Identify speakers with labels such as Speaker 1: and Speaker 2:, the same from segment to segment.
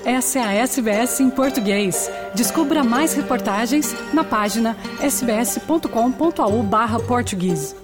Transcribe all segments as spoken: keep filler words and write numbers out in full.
Speaker 1: Essa é a S B S em português. Descubra mais reportagens na página sbs.com.au barra português.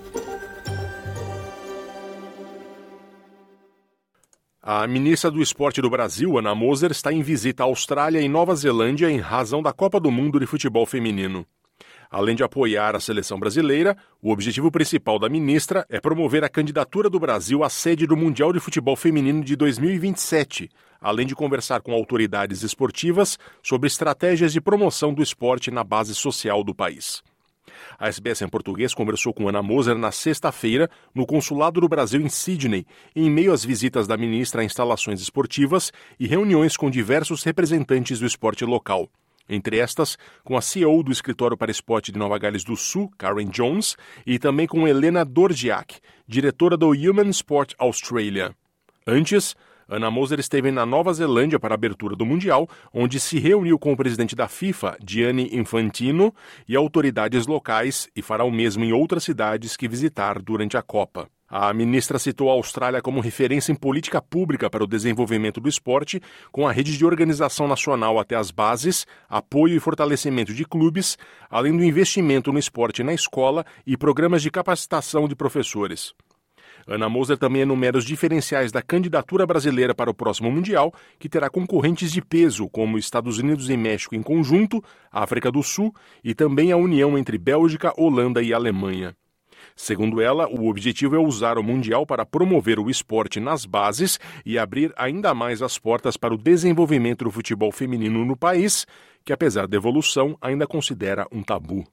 Speaker 2: A ministra do Esporte do Brasil, Ana Moser, está em visita à Austrália e Nova Zelândia em razão da Copa do Mundo de Futebol Feminino. Além de apoiar a seleção brasileira, o objetivo principal da ministra é promover a candidatura do Brasil à sede do Mundial de Futebol Feminino de dois mil e vinte e sete, além de conversar com autoridades esportivas sobre estratégias de promoção do esporte na base social do país. A S B S em português conversou com Ana Moser na sexta-feira no Consulado do Brasil em Sydney, em meio às visitas da ministra a instalações esportivas e reuniões com diversos representantes do esporte local. Entre estas, com a C E O do Escritório para Esporte de Nova Gales do Sul, Karen Jones, e também com Helena Dordiak, diretora do Human Sport Australia. Antes, Ana Moser esteve na Nova Zelândia para a abertura do Mundial, onde se reuniu com o presidente da FIFA, Gianni Infantino, e autoridades locais, e fará o mesmo em outras cidades que visitar durante a Copa. A ministra citou a Austrália como referência em política pública para o desenvolvimento do esporte, com a rede de organização nacional até as bases, apoio e fortalecimento de clubes, além do investimento no esporte na escola e programas de capacitação de professores. Ana Moser também enumera os diferenciais da candidatura brasileira para o próximo Mundial, que terá concorrentes de peso, como Estados Unidos e México em conjunto, África do Sul e também a união entre Bélgica, Holanda e Alemanha. Segundo ela, o objetivo é usar o Mundial para promover o esporte nas bases e abrir ainda mais as portas para o desenvolvimento do futebol feminino no país, que apesar da evolução, ainda considera um tabu.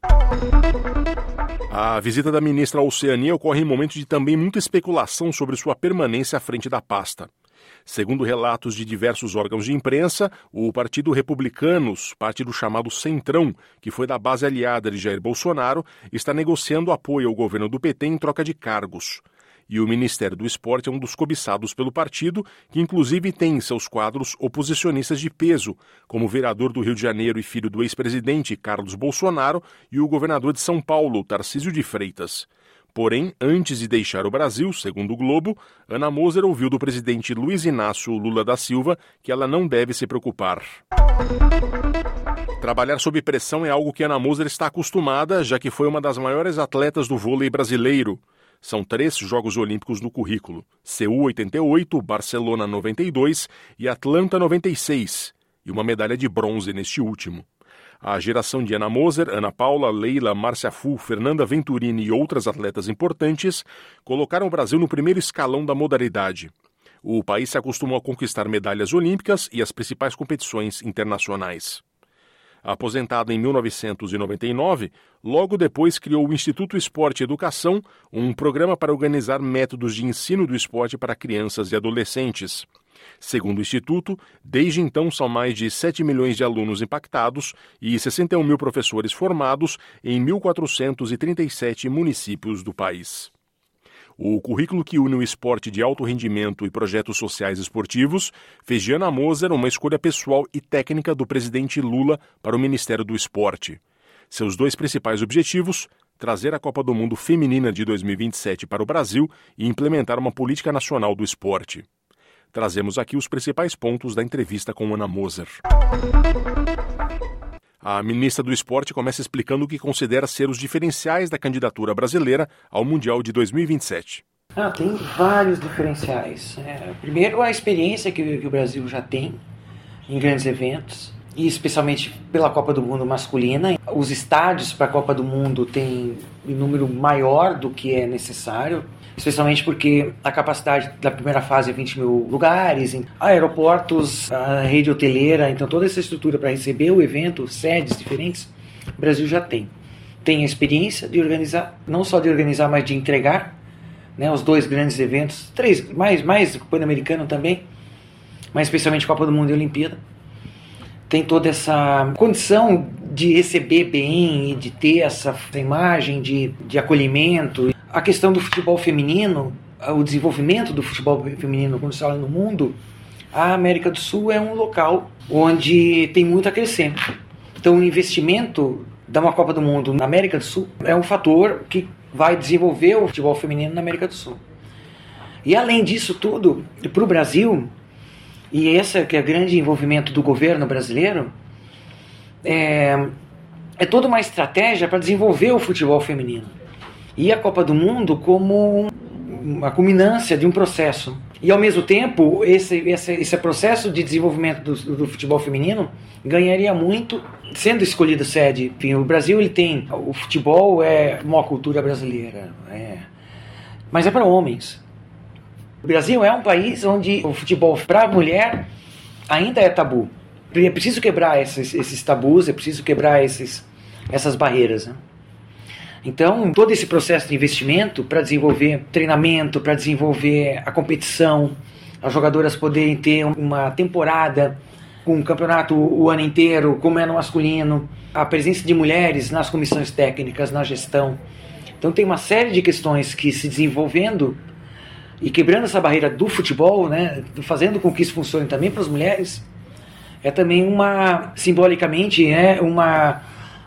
Speaker 2: A visita da ministra à Oceania ocorre em momentos de também muita especulação sobre sua permanência à frente da pasta. Segundo relatos de diversos órgãos de imprensa, o Partido Republicanos, partido chamado Centrão, que foi da base aliada de Jair Bolsonaro, está negociando apoio ao governo do P T em troca de cargos. E o Ministério do Esporte é um dos cobiçados pelo partido, que inclusive tem em seus quadros oposicionistas de peso, como o vereador do Rio de Janeiro e filho do ex-presidente Carlos Bolsonaro e o governador de São Paulo, Tarcísio de Freitas. Porém, antes de deixar o Brasil, segundo o Globo, Ana Moser ouviu do presidente Luiz Inácio Lula da Silva que ela não deve se preocupar. Trabalhar sob pressão é algo que Ana Moser está acostumada, já que foi uma das maiores atletas do vôlei brasileiro. São três Jogos Olímpicos no currículo: Seul oitenta e oito, Barcelona noventa e dois e Atlanta noventa e seis, e uma medalha de bronze neste último. A geração de Ana Moser, Ana Paula, Leila, Márcia Fu, Fernanda Venturini e outras atletas importantes colocaram o Brasil no primeiro escalão da modalidade. O país se acostumou a conquistar medalhas olímpicas e as principais competições internacionais. Aposentado em mil novecentos e noventa e nove, logo depois criou o Instituto Esporte e Educação, um programa para organizar métodos de ensino do esporte para crianças e adolescentes. Segundo o Instituto, desde então são mais de sete milhões de alunos impactados e sessenta e um mil professores formados em mil quatrocentos e trinta e sete municípios do país. O currículo que une o esporte de alto rendimento e projetos sociais esportivos fez de Ana Moser uma escolha pessoal e técnica do presidente Lula para o Ministério do Esporte. Seus dois principais objetivos: trazer a Copa do Mundo Feminina de dois mil e vinte e sete para o Brasil e implementar uma política nacional do esporte. Trazemos aqui os principais pontos da entrevista com Ana Moser. A ministra do Esporte começa explicando o que considera ser os diferenciais da candidatura brasileira ao Mundial de dois mil e vinte e sete.
Speaker 3: Ah, tem vários diferenciais. É, primeiro, a experiência que, que o Brasil já tem em grandes eventos, e especialmente pela Copa do Mundo masculina. Os estádios para a Copa do Mundo têm um número maior do que é necessário, especialmente porque a capacidade da primeira fase é vinte mil lugares, aeroportos, a rede hoteleira, então toda essa estrutura para receber o evento, sedes diferentes, o Brasil já tem. Tem a experiência de organizar, não só de organizar, mas de entregar, né, os dois grandes eventos, três, mais, mais Pan-Americano também, mas especialmente Copa do Mundo e Olimpíada. Tem toda essa condição de receber bem e de ter essa imagem de, de acolhimento. A questão do futebol feminino, o desenvolvimento do futebol feminino quando se fala no mundo, a América do Sul é um local onde tem muito a crescer. Então o investimento da uma Copa do Mundo na América do Sul é um fator que vai desenvolver o futebol feminino na América do Sul. E além disso tudo, para o Brasil, e esse que é o grande envolvimento do governo brasileiro, é, é toda uma estratégia para desenvolver o futebol feminino. E a Copa do Mundo como uma culminância de um processo. E ao mesmo tempo, esse, esse, esse processo de desenvolvimento do, do futebol feminino ganharia muito sendo escolhida sede. Enfim, o Brasil ele tem, o futebol é uma cultura brasileira, é, mas é para homens. O Brasil é um país onde o futebol para a mulher ainda é tabu. É preciso quebrar esses, esses tabus, é preciso quebrar esses, essas barreiras, né? Então, todo esse processo de investimento para desenvolver treinamento, para desenvolver a competição, as jogadoras poderem ter uma temporada com um campeonato o ano inteiro, como é no masculino, a presença de mulheres nas comissões técnicas, na gestão. Então, tem uma série de questões que se desenvolvendo e quebrando essa barreira do futebol, né, fazendo com que isso funcione também para as mulheres, é também uma, simbolicamente, é uma...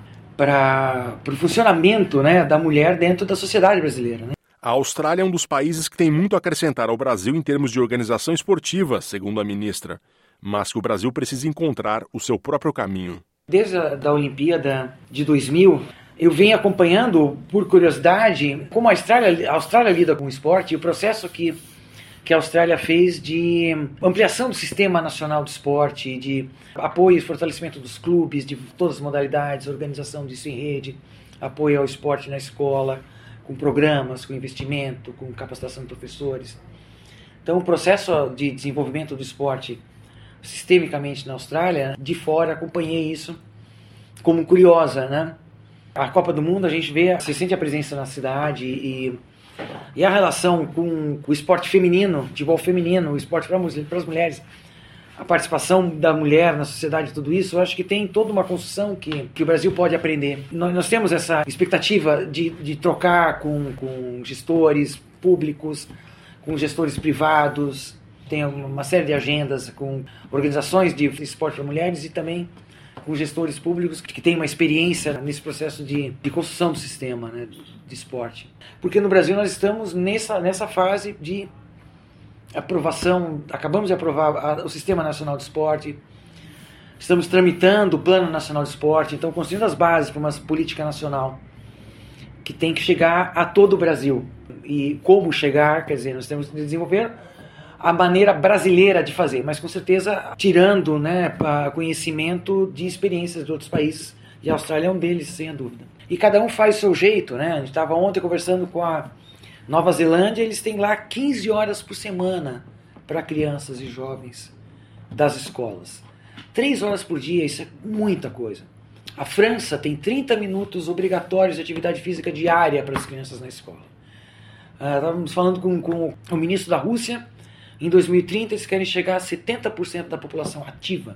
Speaker 3: para o funcionamento, né, da mulher dentro da sociedade brasileira, né?
Speaker 2: A Austrália é um dos países que tem muito a acrescentar ao Brasil em termos de organização esportiva, segundo a ministra, mas que o Brasil precisa encontrar o seu próprio caminho.
Speaker 3: Desde a da Olimpíada de dois mil, eu venho acompanhando, por curiosidade, como a Austrália, a Austrália lida com o esporte e o processo que, que a Austrália fez de ampliação do sistema nacional de esporte, de apoio e fortalecimento dos clubes, de todas as modalidades, organização disso em rede, apoio ao esporte na escola, com programas, com investimento, com capacitação de professores. Então, o processo de desenvolvimento do esporte sistemicamente na Austrália, de fora acompanhei isso como curiosa, né? A Copa do Mundo a gente vê, você sente a presença na cidade e, e a relação com, com o esporte feminino, futebol feminino, o esporte para as mulheres, a participação da mulher na sociedade, tudo isso, eu acho que tem toda uma construção que, que o Brasil pode aprender. Nós, nós temos essa expectativa de, de trocar com, com gestores públicos, com gestores privados, tem uma série de agendas com organizações de esporte para mulheres e também com gestores públicos que têm uma experiência nesse processo de, de construção do sistema, né, de esporte. Porque no Brasil nós estamos nessa, nessa fase de aprovação, acabamos de aprovar a, o Sistema Nacional de Esporte, estamos tramitando o Plano Nacional de Esporte, então construindo as bases para uma política nacional que tem que chegar a todo o Brasil. E como chegar, quer dizer, nós temos que desenvolver a maneira brasileira de fazer, mas com certeza tirando, né, conhecimento de experiências de outros países, e a Austrália é um deles, sem dúvida. E cada um faz o seu jeito, né? A gente estava ontem conversando com a Nova Zelândia, eles têm lá quinze horas por semana para crianças e jovens das escolas. três horas por dia, isso é muita coisa. A França tem trinta minutos obrigatórios de atividade física diária para as crianças na escola. Uh, estávamos falando com, com o ministro da Rússia. Em dois mil e trinta, eles querem chegar a setenta por cento da população ativa.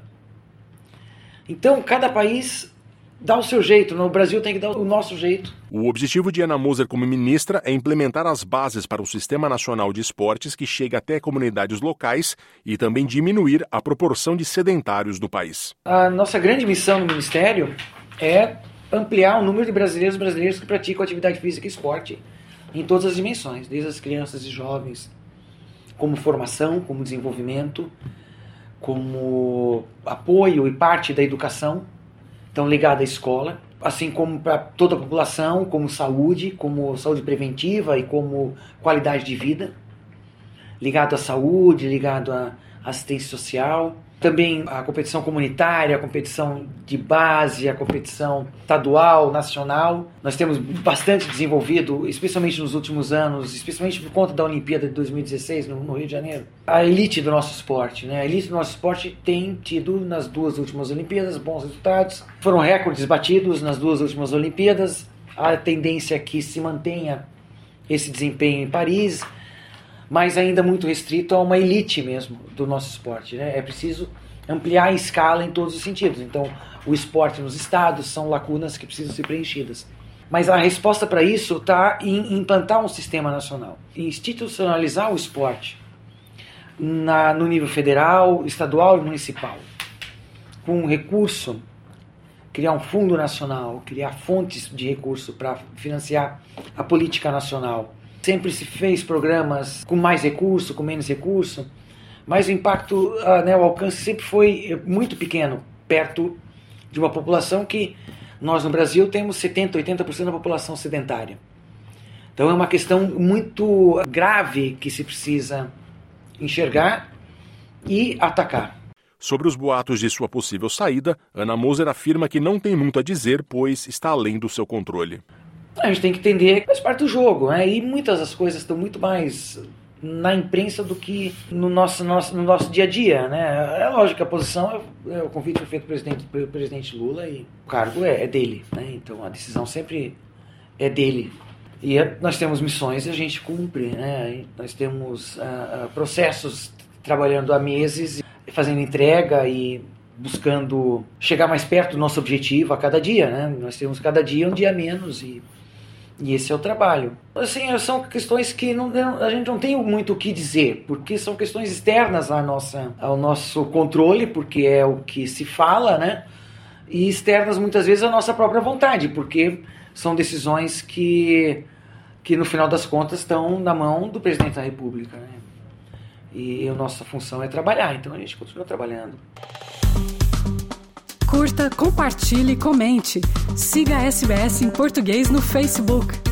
Speaker 3: Então, cada país dá o seu jeito. No Brasil tem que dar o nosso jeito.
Speaker 2: O objetivo de Ana Moser como ministra é implementar as bases para o Sistema Nacional de Esportes que chegue até comunidades locais e também diminuir a proporção de sedentários do país.
Speaker 3: A nossa grande missão no Ministério é ampliar o número de brasileiros e brasileiras que praticam atividade física e esporte em todas as dimensões, desde as crianças e jovens, como formação, como desenvolvimento, como apoio e parte da educação, então ligada à escola, assim como para toda a população, como saúde, como saúde preventiva e como qualidade de vida, ligado à saúde, ligado à assistência social, também a competição comunitária, a competição de base, a competição estadual, nacional. Nós temos bastante desenvolvido, especialmente nos últimos anos, especialmente por conta da Olimpíada de dois mil e dezesseis no, no Rio de Janeiro, a elite do nosso esporte, né? A elite do nosso esporte tem tido nas duas últimas Olimpíadas bons resultados. Foram recordes batidos nas duas últimas Olimpíadas. A tendência é que se mantenha esse desempenho em Paris, mas ainda muito restrito a uma elite mesmo do nosso esporte, né? É preciso ampliar a escala em todos os sentidos. Então, o esporte nos estados são lacunas que precisam ser preenchidas. Mas a resposta para isso está em implantar um sistema nacional, institucionalizar o esporte na, no nível federal, estadual e municipal, com um recurso, criar um fundo nacional, criar fontes de recurso para financiar a política nacional. Sempre se fez programas com mais recurso, com menos recurso, mas o impacto, né, o alcance sempre foi muito pequeno, perto de uma população que nós no Brasil temos setenta, oitenta por cento da população sedentária. Então é uma questão muito grave que se precisa enxergar e atacar.
Speaker 2: Sobre os boatos de sua possível saída, Ana Moser afirma que não tem muito a dizer, pois está além do seu controle.
Speaker 3: A gente tem que entender que faz parte do jogo, né? E muitas das coisas estão muito mais na imprensa do que no nosso, nosso, no nosso dia a dia, né? É lógico que a posição, é, o convite foi feito pelo presidente, pelo presidente Lula e o cargo é, é dele, né? Então a decisão sempre é dele. E é, nós temos missões e a gente cumpre, né? Nós temos uh, processos trabalhando há meses, fazendo entrega e buscando chegar mais perto do nosso objetivo a cada dia, né? Nós temos cada dia um dia menos e, e esse é o trabalho. Assim, são questões que não, a gente não tem muito o que dizer, porque são questões externas à nossa, ao nosso controle, porque é o que se fala, né? E externas muitas vezes à nossa própria vontade, porque são decisões que, que no final das contas estão na mão do presidente da República, né? E a nossa função é trabalhar, então a gente continua trabalhando.
Speaker 1: Curta, compartilhe, comente. Siga a S B S em Português no Facebook.